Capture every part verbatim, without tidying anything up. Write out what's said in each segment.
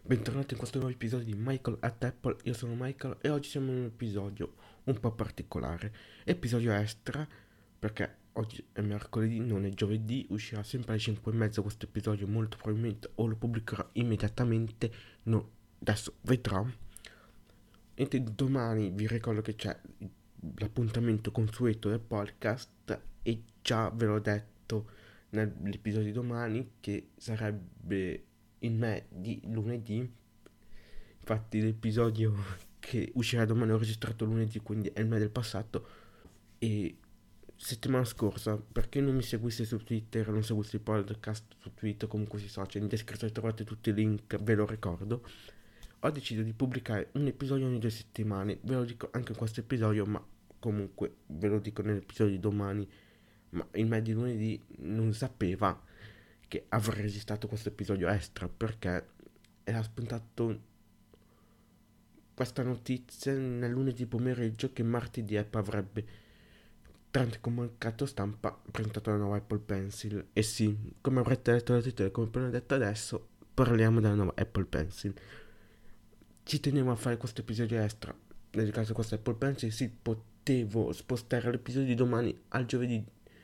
Bentornati in questo nuovo episodio di Michael at Apple. Io sono Michael e oggi siamo in un episodio un po' particolare. Episodio extra perché oggi è mercoledì, non è giovedì. Uscirà sempre alle cinque e mezza questo episodio, molto probabilmente, o lo pubblicherò immediatamente. No, adesso vedrò. E domani vi ricordo che c'è l'appuntamento consueto del podcast e già ve l'ho detto nell'episodio di domani che sarebbe il me di lunedì. Infatti l'episodio che uscirà domani ho registrato lunedì, quindi è il me del passato. E settimana scorsa, perché non mi seguisse su Twitter, non seguisse il podcast su Twitter, comunque sui social, in descrizione trovate tutti i link, ve lo ricordo. Ho deciso di pubblicare un episodio ogni due settimane, ve lo dico anche in questo episodio, ma comunque ve lo dico nell'episodio di domani. Ma il me di lunedì non sapeva che avrei registrato questo episodio extra perché era spuntato questa notizia nel lunedì pomeriggio che martedì Apple avrebbe, tramite comunicato stampa, presentato la nuova Apple Pencil. E sì, come avrete letto dal titolo e come appena detto adesso, parliamo della nuova Apple Pencil. Ci tenevo a fare questo episodio extra dedicato a questa Apple Pencil. Sì, potevo spostare l'episodio di domani al giovedì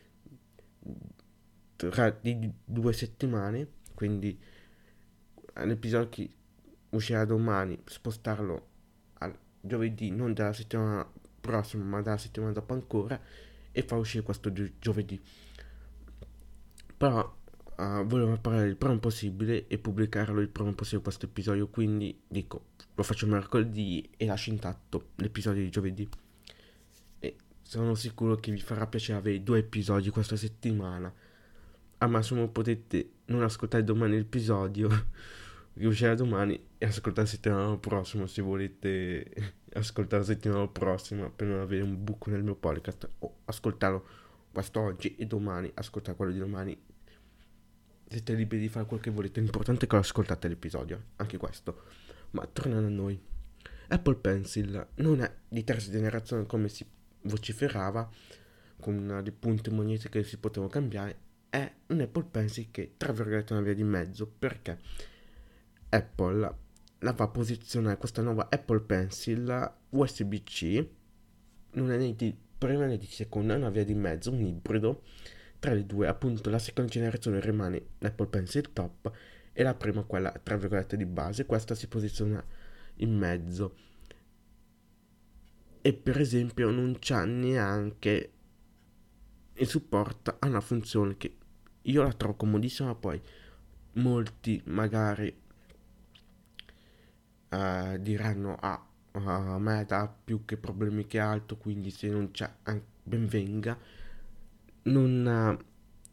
tra di due settimane, quindi l'episodio che uscirà domani spostarlo al giovedì, non della settimana prossima ma della settimana dopo ancora, e far uscire questo gio- giovedì. Però uh, volevo parlare il prima possibile e pubblicarlo il prima possibile questo episodio, quindi dico lo faccio mercoledì e lascio intatto l'episodio di giovedì. E sono sicuro che vi farà piacere avere due episodi questa settimana. Al massimo potete non ascoltare domani l'episodio che uscirà domani e ascoltare la settimana prossima, se volete ascoltare la settimana prossima per non avere un buco nel mio podcast, o ascoltarlo questo oggi e domani ascoltare quello di domani. Siete liberi di fare quel che volete, l'importante è che ascoltate l'episodio, anche questo. Ma tornando a noi, Apple Pencil non è di terza generazione come si vociferava, con una di punte monete che si potevano cambiare. È un Apple Pencil che tra virgolette è una via di mezzo, perché Apple la va a posizionare questa nuova Apple Pencil U S B C, non è né di prima né di seconda, è una via di mezzo, un ibrido tra le due. Appunto la seconda generazione rimane l'Apple Pencil Top e la prima quella tra virgolette di base, questa si posiziona in mezzo. E per esempio non c'ha neanche il supporto a una funzione che io la trovo comodissima. Poi molti magari uh, diranno ah, uh, a me dà più che problemi che altro, quindi se non c'è ben venga. Non uh,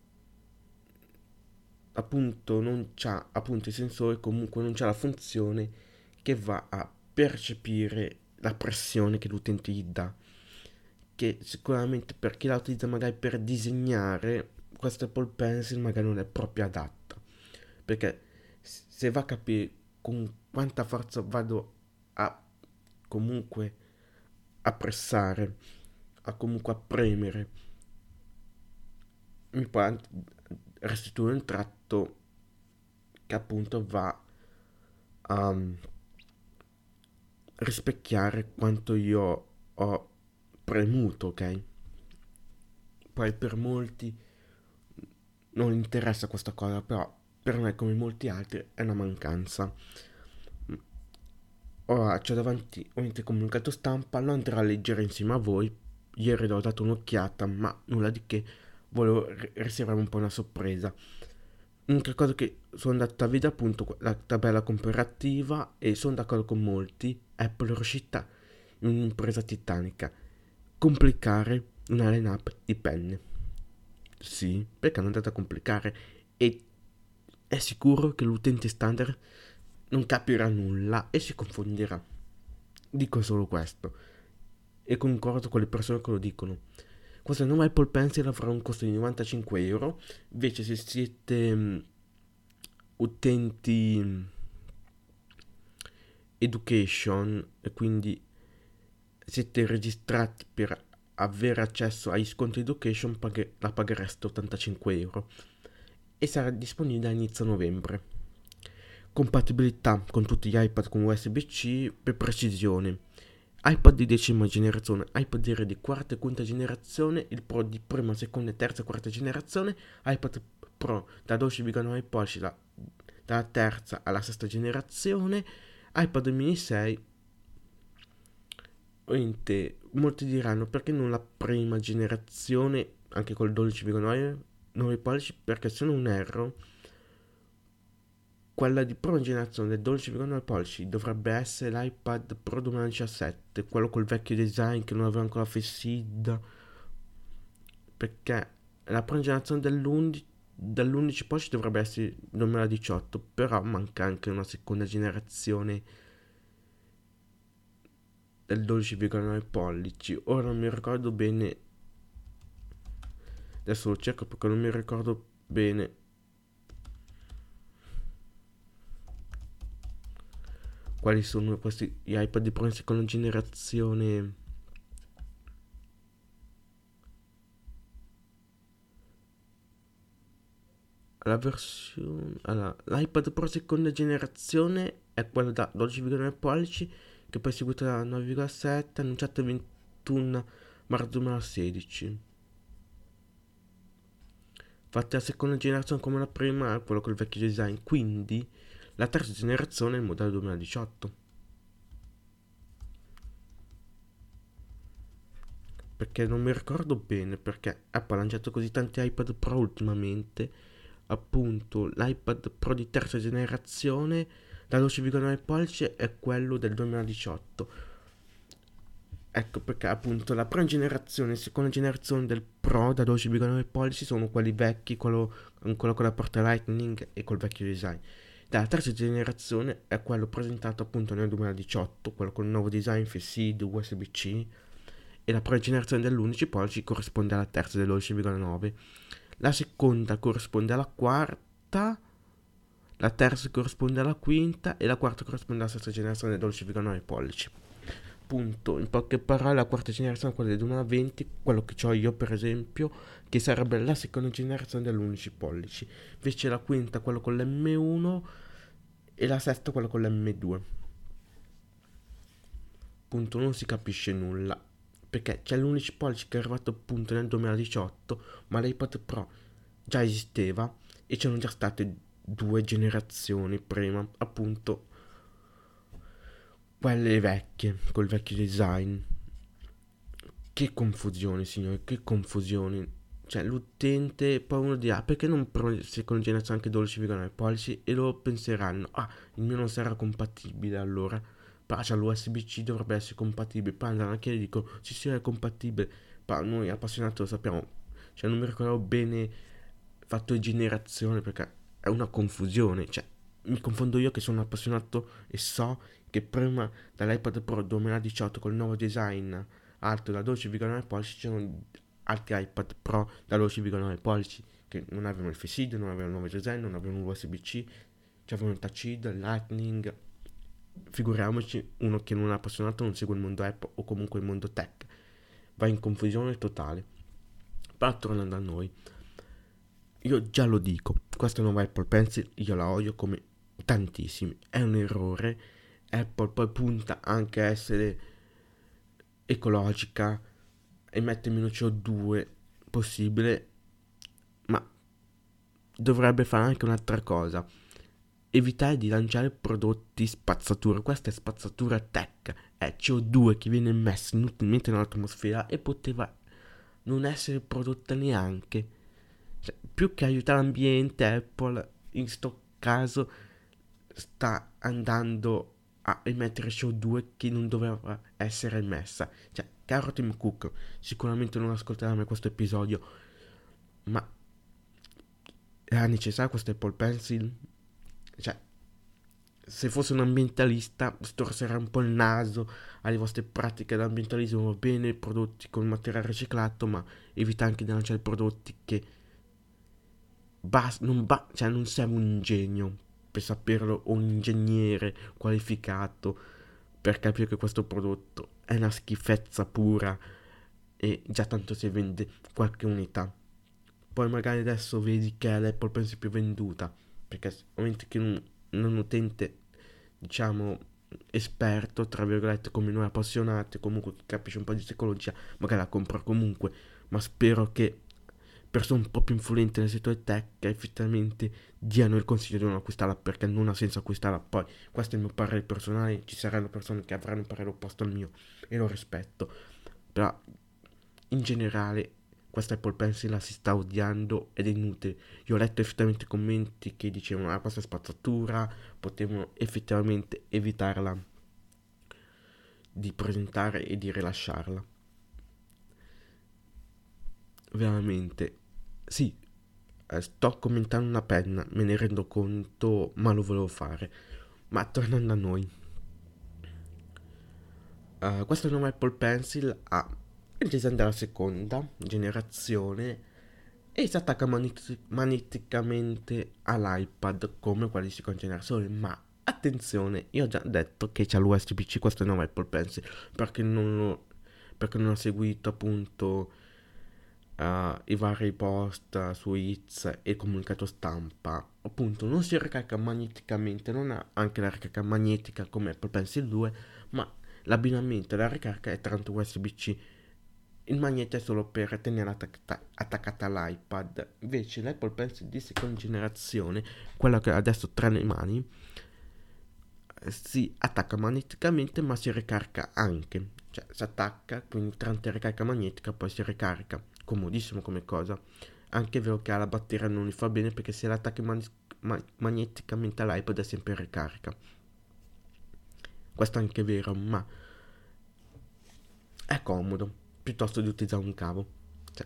appunto non c'ha appunto i sensori, comunque non c'ha la funzione che va a percepire la pressione che l'utente gli dà, che sicuramente per chi la utilizza magari per disegnare questa Apple Pencil magari non è proprio adatta, perché se va a capire con quanta forza vado a comunque a pressare, a comunque a premere, mi può restituire un tratto che appunto va a rispecchiare quanto io ho premuto, ok? Poi per molti non interessa questa cosa, però per me come molti altri è una mancanza. Ora c'ho davanti ovviamente il comunicato stampa, lo andrò a leggere insieme a voi. Ieri l'ho dato un'occhiata, ma nulla di che, volevo riservare un po' una sorpresa. L'unica cosa che sono andato a vedere appunto la tabella comparativa e sono d'accordo con molti. Apple è riuscita in un'impresa titanica, complicare una line-up di penne. Sì, perché hanno andato a complicare, e è sicuro che l'utente standard non capirà nulla e si confonderà. Dico solo questo e concordo con le persone che lo dicono. Questa nuova Apple Pencil avrà un costo di novantacinque euro. Invece se siete um, utenti um, education e quindi siete registrati per avere accesso agli sconti education, pag- la paghereste ottantacinque euro e sarà disponibile a inizio novembre. compatibilità con tutti gli iPad con U S B-C per precisione. iPad di decima generazione, iPad Air di quarta e quinta generazione, il Pro di prima, seconda, terza e quarta generazione, iPad Pro da dodici virgola nove pollici da, dalla terza alla sesta generazione, iPad mini sei. Ovviamente molti diranno perché non la prima generazione anche col dodici virgola nove pollici, perché se non erro quella di prima generazione del dodici virgola nove pollici dovrebbe essere l'iPad Pro duemiladiciassette, quello col vecchio design che non aveva ancora Face I D, perché la prima generazione dell'undici, dall'undici pollici dovrebbe essere duemiladiciotto, però manca anche una seconda generazione del dodici virgola nove pollici. Ora non mi ricordo bene, adesso lo cerco perché non mi ricordo bene quali sono questi gli iPad di prima e seconda generazione. La versione allora, l'iPad Pro seconda generazione è quello da dodici virgola nove pollici, che poi è seguito da nove virgola sette, annunciato il ventuno marzo duemilasedici. Infatti la seconda generazione come la prima è quello col vecchio design, quindi la terza generazione è il modello duemiladiciotto. Perché non mi ricordo bene, perché Apple ha lanciato così tanti iPad Pro ultimamente. Appunto l'iPad Pro di terza generazione da dodici virgola nove pollici è quello del duemiladiciotto. Ecco perché appunto la prima generazione e la seconda generazione del Pro da dodici virgola nove pollici sono quelli vecchi, quello ancora con la porta Lightning e col vecchio design. Dalla terza generazione è quello presentato appunto nel duemiladiciotto, quello con il nuovo design Face I D, U S B-C, e la prima generazione dell'undici pollici corrisponde alla terza del dodici virgola nove. La seconda corrisponde alla quarta, la terza corrisponde alla quinta e la quarta corrisponde alla sesta generazione del dodici virgola nove pollici. Punto. In poche parole, la quarta generazione è quella del duemilaventi, quello che ho io per esempio, che sarebbe la seconda generazione dell'undici pollici. Invece la quinta quello con l'M uno e la sesta quello con l'M due. Punto, non si capisce nulla, perché c'è l'undici pollici che è arrivato appunto nel duemiladiciotto, ma l'iPad Pro già esisteva e c'erano già state due generazioni prima, appunto quelle vecchie, col vecchio design. Che confusione, signore, che confusione. Cioè, l'utente, poi uno dirà, perché non pro seconda generazione anche dodici virgola nove pollici? E loro penseranno, ah, il mio non sarà compatibile allora. Però c'è l'U S B-C, dovrebbe essere compatibile. Poi andano anche e dico, sì, sì, è compatibile. Però noi appassionati lo sappiamo. Cioè, non mi ricordo bene fatto di generazione, perché è una confusione. Cioè, mi confondo io che sono appassionato e so che prima dall'iPad Pro duemiladiciotto col nuovo design alto da dodici virgola nove pollici c'erano altri iPad Pro da dodici virgola nove pollici che non avevano il Face I D, non avevano il nuovo design, non avevano l'U S B-C, avevano il Touch I D, il Lightning. Figuriamoci uno che non è appassionato, non segue il mondo Apple o comunque il mondo tech, va in confusione totale. Però tornando a noi, io già lo dico, questa nuova Apple Pencil io la odio come tantissimi, è un errore. Apple poi punta anche a essere ecologica e mette meno C O due possibile, ma dovrebbe fare anche un'altra cosa: evitare di lanciare prodotti spazzatura. Questa è spazzatura tech, è C O due che viene messo inutilmente nell'atmosfera e poteva non essere prodotta neanche. Cioè, più che aiutare l'ambiente, Apple in sto caso sta andando a emettere C O due che non doveva essere emessa. Cioè, caro Tim Cook, sicuramente non ascolterai questo episodio, ma era necessario questo Apple Pencil? Cioè, se fosse un ambientalista storcerà un po' il naso alle vostre pratiche d'ambientalismo. Va bene prodotti con materiale riciclato, ma evita anche di lanciare prodotti che bas- non, ba- cioè non serve un genio per saperlo o un ingegnere qualificato per capire che questo prodotto è una schifezza pura e già tanto si vende qualche unità. Poi magari adesso vedi che è l'Apple Pencil più venduta, perché ovviamente che non, non utente, diciamo, esperto, tra virgolette, come noi appassionati, comunque che capisce un po' di psicologia, magari la compra comunque, ma spero che persone un po' più influenti nel settore tech effettivamente diano il consiglio di non acquistarla, perché non ha senso acquistarla. Poi questo è il mio parere personale, ci saranno persone che avranno un parere opposto al mio e lo rispetto, però in generale questa Apple Pencil la si sta odiando ed è inutile. Io ho letto effettivamente commenti che dicevano ah questa è spazzatura, potevano effettivamente evitarla di presentare e di rilasciarla. Veramente sì, eh, sto commentando una penna, me ne rendo conto, ma lo volevo fare. Ma tornando a noi, uh, questo nuovo Apple Pencil ha il design della seconda generazione e si attacca manit- magneticamente all'iPad come quelli di seconda generazione, ma attenzione, io ho già detto che c'è l'U S B C questo nuovo Apple Pencil, perché non lo, perché non ho seguito appunto uh, i vari post uh, su It's e il comunicato stampa. Appunto non si ricarica magneticamente, non ha anche la ricarica magnetica come Apple Pencil due, ma l'abbinamento e la ricarica è tramite U S B C. Il magneto è solo per tenere attaccata, attaccata all'iPad. Invece l'Apple Pencil di seconda generazione, quella che adesso tra le mani, si attacca magneticamente ma si ricarica anche. Cioè si attacca, quindi tramite ricarica magnetica poi si ricarica. Comodissimo come cosa. Anche è vero che alla batteria non gli fa bene perché se l'attacchi man- ma- magneticamente all'iPad è sempre in ricarica. Questo è anche vero, ma è comodo piuttosto di utilizzare un cavo. Cioè,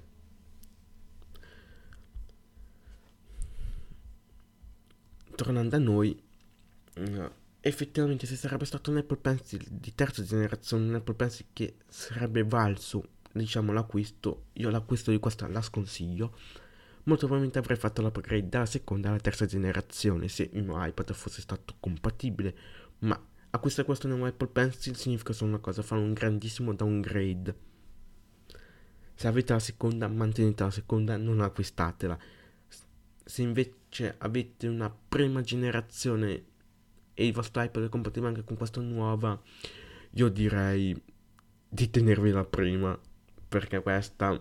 tornando a noi, uh, effettivamente se sarebbe stato un Apple Pencil di terza generazione, un Apple Pencil che sarebbe valso, diciamo, l'acquisto, io l'acquisto di questa la sconsiglio. Molto probabilmente avrei fatto l'upgrade dalla seconda alla terza generazione se il mio iPad fosse stato compatibile, ma acquistare questo nuovo Apple Pencil significa solo una cosa, fare un grandissimo downgrade. Se avete la seconda, mantenete la seconda, non acquistatela. Se invece avete una prima generazione e il vostro iPad è compatibile anche con questa nuova, io direi di tenervi la prima, perché questa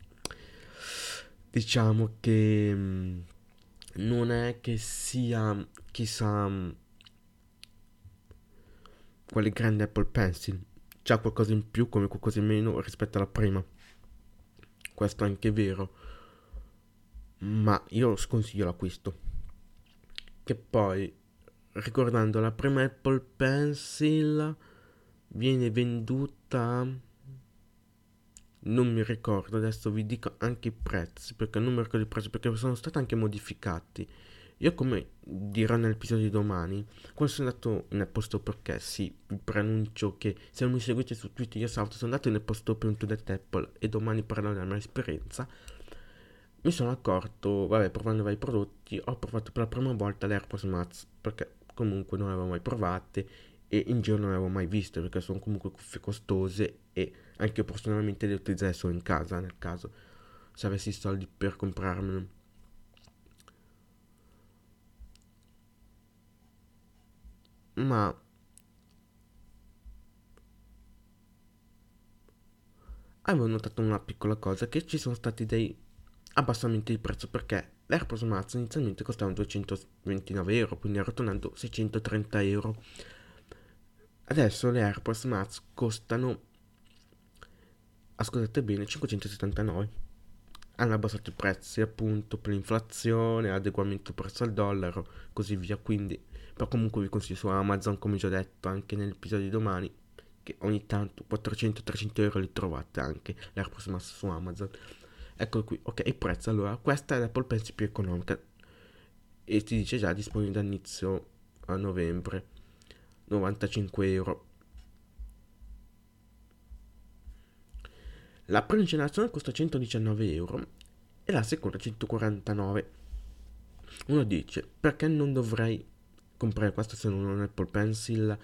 diciamo che mm, non è che sia chissà mm, quale grande Apple Pencil, c'ha qualcosa in più come qualcosa in meno rispetto alla prima, questo è anche vero, ma io sconsiglio l'acquisto. Che poi, ricordando, la prima Apple Pencil viene venduta, non mi ricordo, adesso vi dico anche i prezzi, perché non mi ricordo i prezzi, perché sono stati anche modificati. Io come dirò nell'episodio di domani, quando sono andato in Apple Store, perché sì, vi preannuncio che se non mi seguite su Twitter io salto, sono andato in Apple Store per un tour del Apple e domani parlerò della mia esperienza. Mi sono accorto, vabbè, provando vari prodotti, ho provato per la prima volta le AirPods Max, perché comunque non le avevo mai provate e in giro non le avevo mai viste, perché sono comunque cuffie costose e anche io personalmente le utilizzerei solo in casa, nel caso se avessi i soldi per comprarmene. Ma avevo notato una piccola cosa, che ci sono stati dei abbassamenti di prezzo, perché le AirPods Max inizialmente costavano duecentoventinove euro, quindi arrotondando seicentotrenta euro. Adesso le AirPods Max costano, ascoltate bene, cinquecentosettantanove. Hanno abbassato i prezzi appunto per l'inflazione, adeguamento prezzo al dollaro, così via. Quindi, però comunque vi consiglio su Amazon, come già detto anche nell'episodio di domani, che ogni tanto quattrocento trecento euro li trovate anche le AirPods Max su Amazon. Eccolo qui, ok, il prezzo. Allora, questa è l'Apple Pencil più economica e ti dice già disponibile da inizio a novembre, novantacinque euro. La prima generazione costa centodiciannove euro e la seconda centoquarantanove. Uno dice, perché non dovrei comprare questo se non ho un Apple Pencil?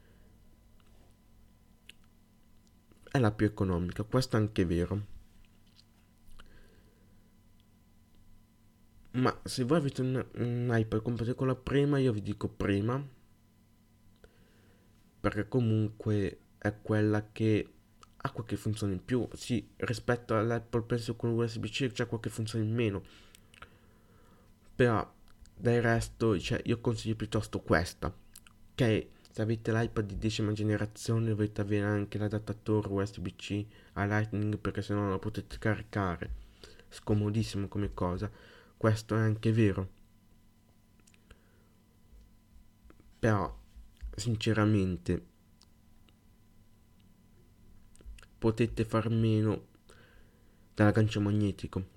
È la più economica, questo è anche vero. Ma se voi avete un, un iPad comprato con la prima, io vi dico prima, perché comunque è quella che ha qualche funzione in più. Sì, rispetto all'Apple Pencil con U S B-C c'è qualche funzione in meno, però del resto, cioè, io consiglio piuttosto questa, che se avete l'iPad di decima generazione dovete avere anche l'adattatore U S B-C a Lightning, perché se no non lo potete caricare. Scomodissimo come cosa, questo è anche vero, però sinceramente potete far meno dall'aggancio magnetico,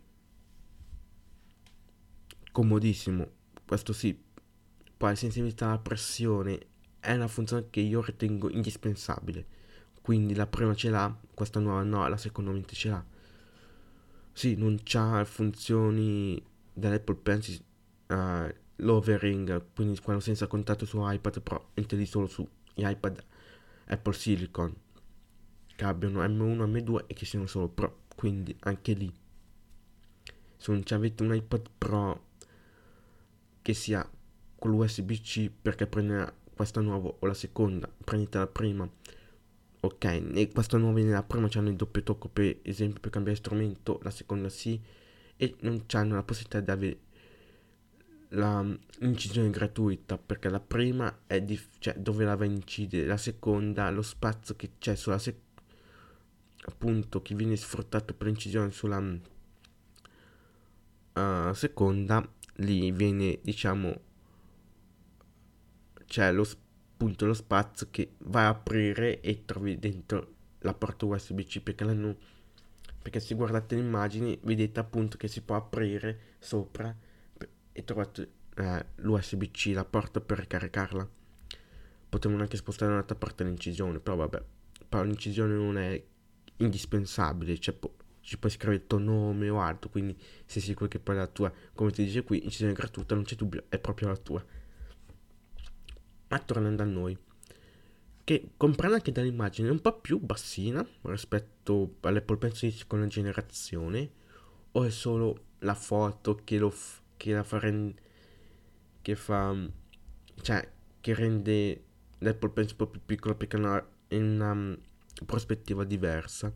comodissimo, questo sì. Poi la sensibilità alla pressione è una funzione che io ritengo indispensabile, quindi la prima ce l'ha, questa nuova no, la seconda mente ce l'ha. Sì, non c'ha funzioni dell'Apple Pencil, uh, l'overing, quindi quello senza contatto su iPad, però intendi solo su iPad Apple Silicon, che abbiano M uno, M due e che siano solo Pro, quindi anche lì, se non avete un iPad Pro che sia con l'U S B-C, perché prende questa nuova o la seconda, prendete la prima, ok, e questa nuova nella prima c'hanno il doppio tocco per esempio per cambiare strumento, la seconda sì, e non hanno la possibilità di avere la, l'incisione gratuita, perché la prima è di, cioè, dove la va a incidere, la seconda lo spazio che c'è sulla seconda, appunto, che viene sfruttato per l'incisione sulla uh, seconda, lì viene, diciamo, c'è lo, appunto, lo spazio che vai a aprire e trovi dentro la porta U S B-C, perché l'hanno, perché se guardate le immagini vedete appunto che si può aprire sopra e trovate eh, l'U S B-C, la porta per ricaricarla. Potevano anche spostare un'altra parte dell'incisione, però vabbè, però l'incisione non è indispensabile, cioè po- ci puoi scrivere il tuo nome o altro, quindi sei sicuro che poi la tua, come ti dice qui, incisione gratuita, non c'è dubbio, è proprio la tua. Ma tornando a noi, che comprende anche dall'immagine un po' più bassina rispetto all'Apple Pencil di seconda generazione, o è solo la foto che, lo f- che la fa rend- che fa, cioè, che rende l'Apple Pencil un po' più piccolo perché ha una, una um, prospettiva diversa.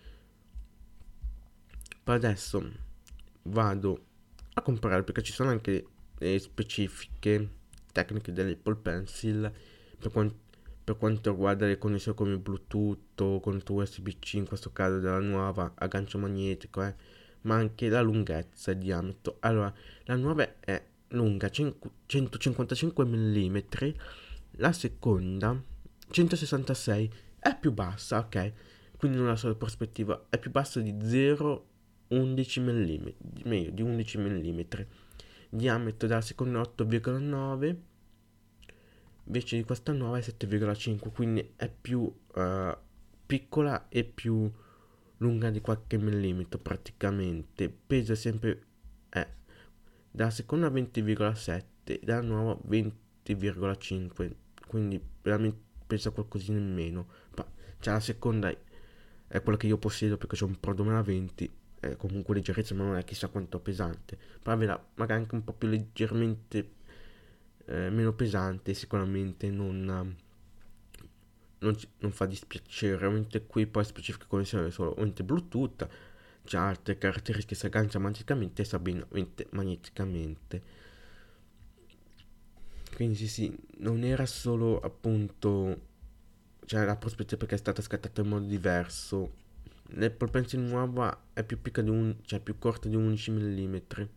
Per adesso vado a comprare, perché ci sono anche le specifiche tecniche dell'Apple Pencil per, quant- per quanto riguarda le connessioni come Bluetooth o con U S B-C, in questo caso della nuova a gancio magnetico, eh, ma anche la lunghezza e il diametro. Allora, la nuova è lunga centocinquantacinque millimetri, la seconda centosessantasei, è più bassa, ok? Quindi non ha solo prospettiva, è più bassa di zero virgola undici millimetri, meglio di undici millimetri. Diametro della seconda otto virgola nove, invece di questa nuova è sette virgola cinque, quindi è più uh, piccola e più lunga di qualche millimetro praticamente. Peso è sempre è dalla seconda venti virgola sette, dalla nuova venti virgola cinque, quindi veramente pesa qualcosina in meno. Ma, cioè la seconda è quella che io possiedo perché c'è un Pro duemilaventi, è comunque leggerezza ma non è chissà quanto pesante, però magari anche un po' più leggermente eh, meno pesante, sicuramente non, non, non fa dispiacere. Ovviamente qui poi specifiche connessioni solo ovviamente Bluetooth, c'è altre caratteristiche, si aggancia magneticamente e si abbina magneticamente. Quindi sì sì, non era solo appunto, cioè la prospettiva perché è stata scattata in modo diverso. L'Apple Pencil nuova è più piccola di un, cioè più corta di undici millimetri.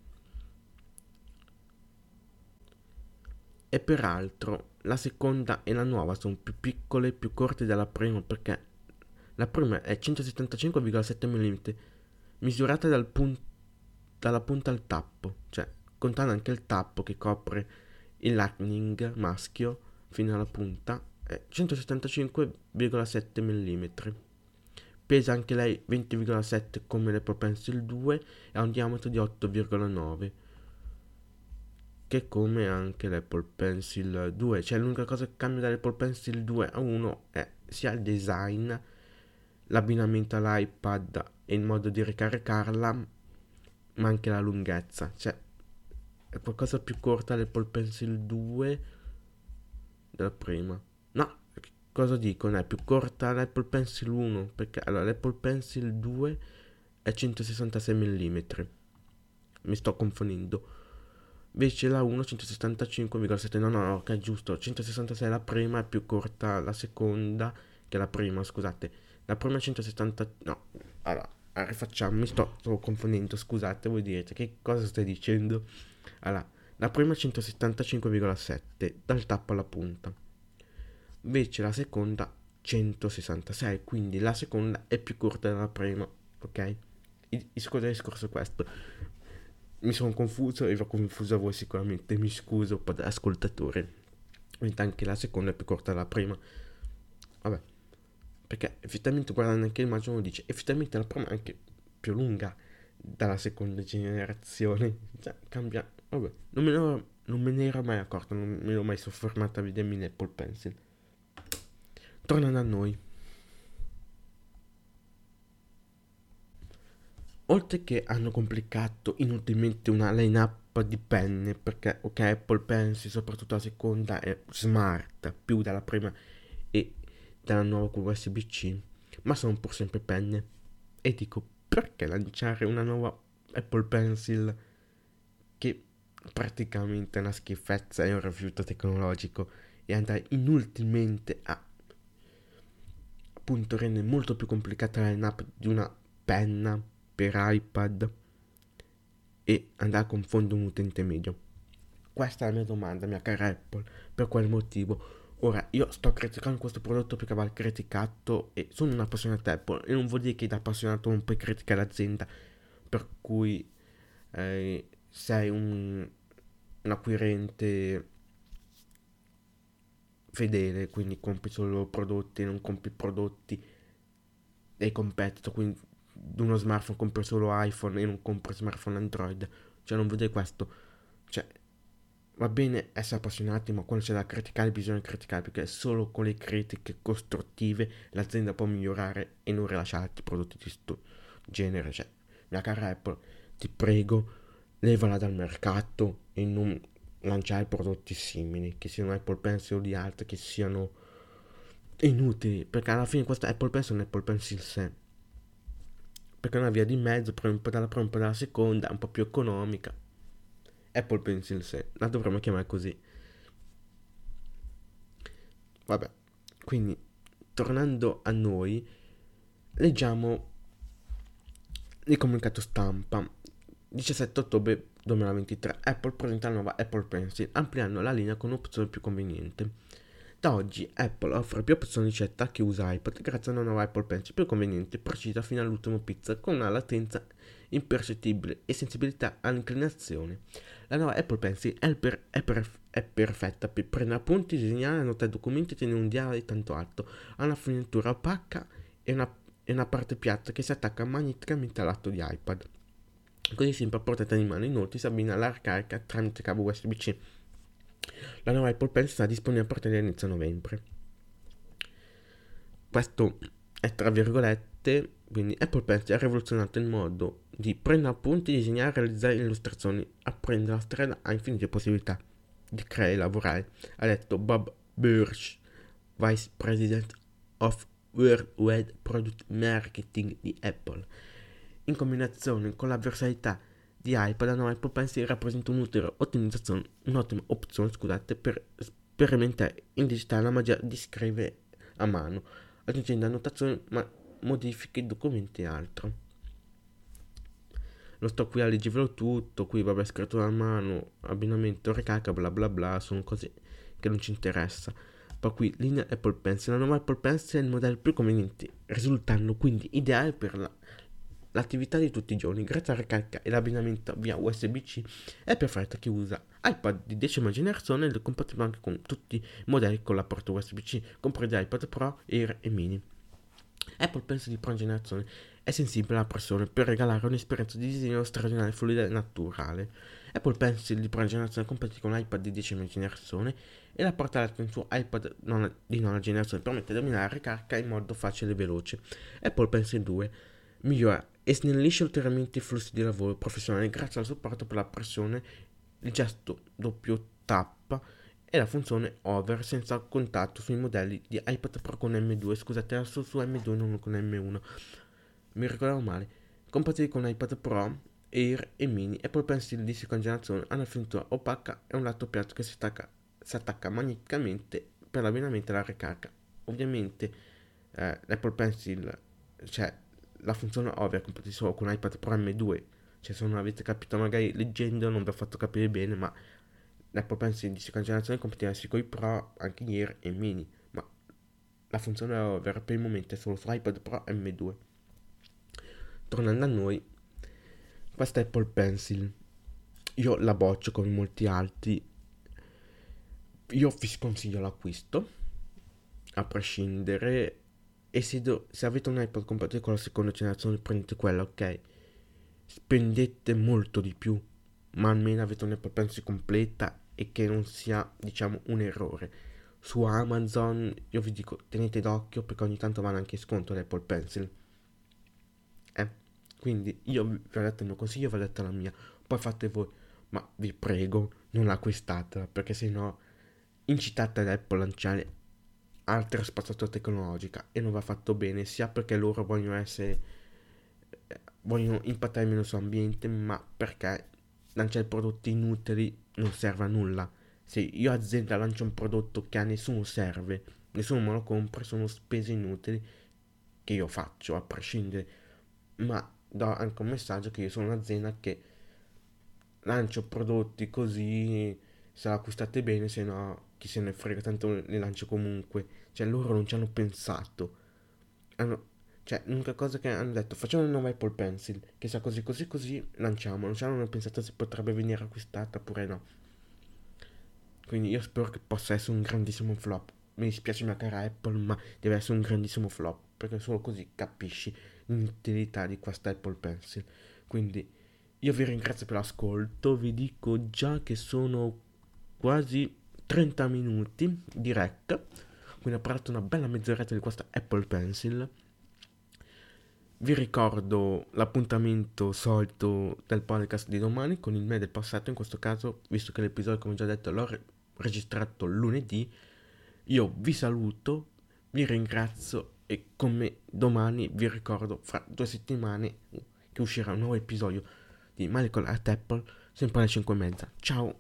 E peraltro la seconda e la nuova sono più piccole e più corte della prima, perché la prima è centosettantacinque virgola sette millimetri, misurata dal pun- dalla punta al tappo, cioè contando anche il tappo che copre il lightning maschio fino alla punta, è centosettantacinque virgola sette millimetri. Pesa anche lei venti virgola sette come l'Apple Pencil due e ha un diametro di otto virgola nove, che come anche l'Apple Pencil due. Cioè l'unica cosa che cambia dall'Apple Pencil due a uno è sia il design, l'abbinamento all'iPad e il modo di ricaricarla, ma anche la lunghezza. Cioè è qualcosa più corta l'Apple Pencil due della prima. No, cosa dico? No, è più corta l'Apple Pencil uno, perché allora l'Apple Pencil due è centosessantasei millimetri. Mi sto confondendo. Invece la uno centosessantacinque virgola sette. No, no, no, ok, giusto. centosessantasei la prima, è più corta la seconda che la prima, scusate. La prima è centosettanta. No, allora, rifacciamo. Mi sto, sto confondendo, scusate, voi direte che cosa stai dicendo? Allora, la prima è centosettantacinque virgola sette dal tappo alla punta. Invece la seconda centosessantasei, quindi la seconda è più corta della prima, ok? Il, il secondo discorso è questo. Mi sono confuso e vi ho confuso a voi sicuramente, mi scuso per ascoltatori. Mentre anche la seconda è più corta della prima. Vabbè, perché effettivamente guardando anche l'immagine uno dice, effettivamente la prima è anche più lunga dalla seconda generazione. Cioè, cambia. Vabbè, non me, ne, non me ne ero mai accorto, non me ne ero mai soffermato a vedermi l'Apple Pencil. Tornando a noi. Oltre che hanno complicato inutilmente una line-up di penne, perché ok, Apple Pencil, soprattutto la seconda, è smart, più della prima e dalla nuova con U S B C, ma sono pur sempre penne. E dico, perché lanciare una nuova Apple Pencil che praticamente è una schifezza e un rifiuto tecnologico e andare inutilmente a appunto rendere molto più complicata la line-up di una penna per iPad e andare a confondere un utente medio? Questa è la mia domanda, mia cara Apple. Per quale motivo? Ora, io sto criticando questo prodotto perché va criticato e sono un appassionato Apple e non vuol dire che da appassionato non puoi criticare l'azienda, per cui eh, sei un, un acquirente fedele, quindi compri solo prodotti e non compri prodotti dei competitor, quindi di uno smartphone compri solo iPhone e non compri smartphone Android. Cioè non vuol dire questo. Cioè va bene essere appassionati, ma quando c'è da criticare bisogna criticare, perché solo con le critiche costruttive l'azienda può migliorare e non rilasciare altri prodotti di questo genere. Cioè, mia cara Apple, ti prego, levala dal mercato e non lanciare prodotti simili, che siano Apple Pencil o di altri, che siano inutili, perché alla fine questa Apple Pencil è un Apple Pencil sei, perché è una via di mezzo, un po' dalla prima, un po' dalla seconda, un po' più economica. Apple Pencil sei, la dovremmo chiamare così. Vabbè, quindi tornando a noi, leggiamo il comunicato stampa. diciassette ottobre duemilaventitré, Apple presenta la nuova Apple Pencil, ampliando la linea con un'opzione più conveniente. Da oggi Apple offre più opzioni di scelta a chi usa iPad grazie a una nuova Apple Pencil più conveniente, precisa fino all'ultimo pixel, con una latenza impercettibile e sensibilità all'inclinazione. La nuova Apple Pencil è, per, è, per, è perfetta per prendere appunti, disegnare, annotare documenti e tenere un diario tanto alto. Ha una finitura opaca e una, e una parte piatta che si attacca magneticamente al lato di iPad. Così sempre a portata di mano, inoltre si abbina alla ricarica tramite cavo U S B C. La nuova Apple Pencil sarà disponibile a partire da inizio novembre. Questo è tra virgolette, quindi Apple Pencil ha rivoluzionato il modo di prendere appunti, disegnare, realizzare illustrazioni, apprendere la strada ha infinite possibilità di creare e lavorare, ha detto Bob Birch, Vice President of Worldwide Product Marketing di Apple. In combinazione con la versatilità di iPad, la nuova Apple Pencil rappresenta un'utile ottimizzazione, un'ottima opzione, scusate, per sperimentare in digitale la magia di scrivere a mano, aggiungendo annotazioni, ma modifiche, documenti e altro. Non sto qui a leggervelo tutto, qui vabbè scrittura a mano, abbinamento, ricarica, bla bla bla, sono cose che non ci interessa. Poi qui linea Apple Pencil, la nuova Apple Pencil è il modello più conveniente, risultando quindi ideale per la l'attività di tutti i giorni. Grazie alla ricarica e l'abbinamento via U S B C è perfetta chi usa iPad di decima generazione ed è compatibile anche con tutti i modelli con la porta U S B C, compresi iPad Pro, Air e Mini. Apple Pencil di prima generazione è sensibile alla pressione per regalare un'esperienza di disegno straordinaria, fluida e naturale. Apple Pencil di prima generazione è compatibile con l'iPad di decima generazione e la portata su iPad nona, di nona generazione permette di dominare la ricarica in modo facile e veloce. Apple Pencil due migliora e snellisce ulteriormente i flussi di lavoro professionale grazie al supporto per la pressione il gesto doppio tap e la funzione over senza contatto sui modelli di iPad Pro con M due. Scusate, adesso su M due non con M uno, mi ricordavo male. Compatibile con iPad Pro, Air e Mini. Apple Pencil di seconda generazione ha una finitura opaca e un lato piatto che si attacca, si attacca magneticamente per l'abbinamento e la ricarica. Ovviamente eh, l'Apple Pencil, cioè la funzione over, compatibile solo con iPad Pro M due. Cioè, se non avete capito, magari leggendo non vi ho fatto capire bene, ma l'Apple Pencil di seconda generazione è compatibile sia con i Pro, anche gli Air e Mini, ma la funzione over per il momento è solo su iPad Pro M due. Tornando a noi, questa Apple Pencil io la boccio come molti altri. Io vi sconsiglio l'acquisto a prescindere, e se, do, se avete un iPod compatibile con la seconda generazione prendete quella, ok, spendete molto di più, ma almeno avete un Apple Pencil completa e che non sia, diciamo, un errore. Su Amazon io vi dico tenete d'occhio perché ogni tanto vanno anche in sconto l'Apple Pencil, eh? Quindi io vi ho detto il mio consiglio, vi ho detto la mia, poi fate voi, ma vi prego non acquistatela perché sennò incitate ad Apple a lanciare altra spazzatura tecnologica e non va fatto bene, sia perché loro vogliono essere eh, vogliono impattare meno sull'ambiente, ma perché lanciare prodotti inutili non serve a nulla. Se io azienda lancio un prodotto che a nessuno serve, nessuno me lo compra, sono spese inutili che io faccio a prescindere, ma do anche un messaggio che io sono un'azienda che lancio prodotti così, se l'acquistate bene, se no chi se ne frega, tanto li lancio comunque. Cioè loro non ci hanno pensato, hanno, cioè l'unica cosa che hanno detto facciamo una nuova Apple Pencil che sia così così così, lanciamo, non ci hanno pensato se potrebbe venire acquistata oppure no. Quindi io spero che possa essere un grandissimo flop. Mi dispiace mia cara Apple, ma deve essere un grandissimo flop perché solo così capisci l'inutilità di questa Apple Pencil. Quindi io vi ringrazio per l'ascolto, vi dico già che sono quasi trenta minuti di rec, quindi ho parlato una bella mezz'oretta di questa Apple Pencil. Vi ricordo l'appuntamento solito del podcast di domani con il me del passato, in questo caso, visto che l'episodio, come già detto, l'ho re- registrato lunedì. Io vi saluto, vi ringrazio e come domani vi ricordo fra due settimane che uscirà un nuovo episodio di Michael at Apple, sempre alle cinque e mezza. Ciao!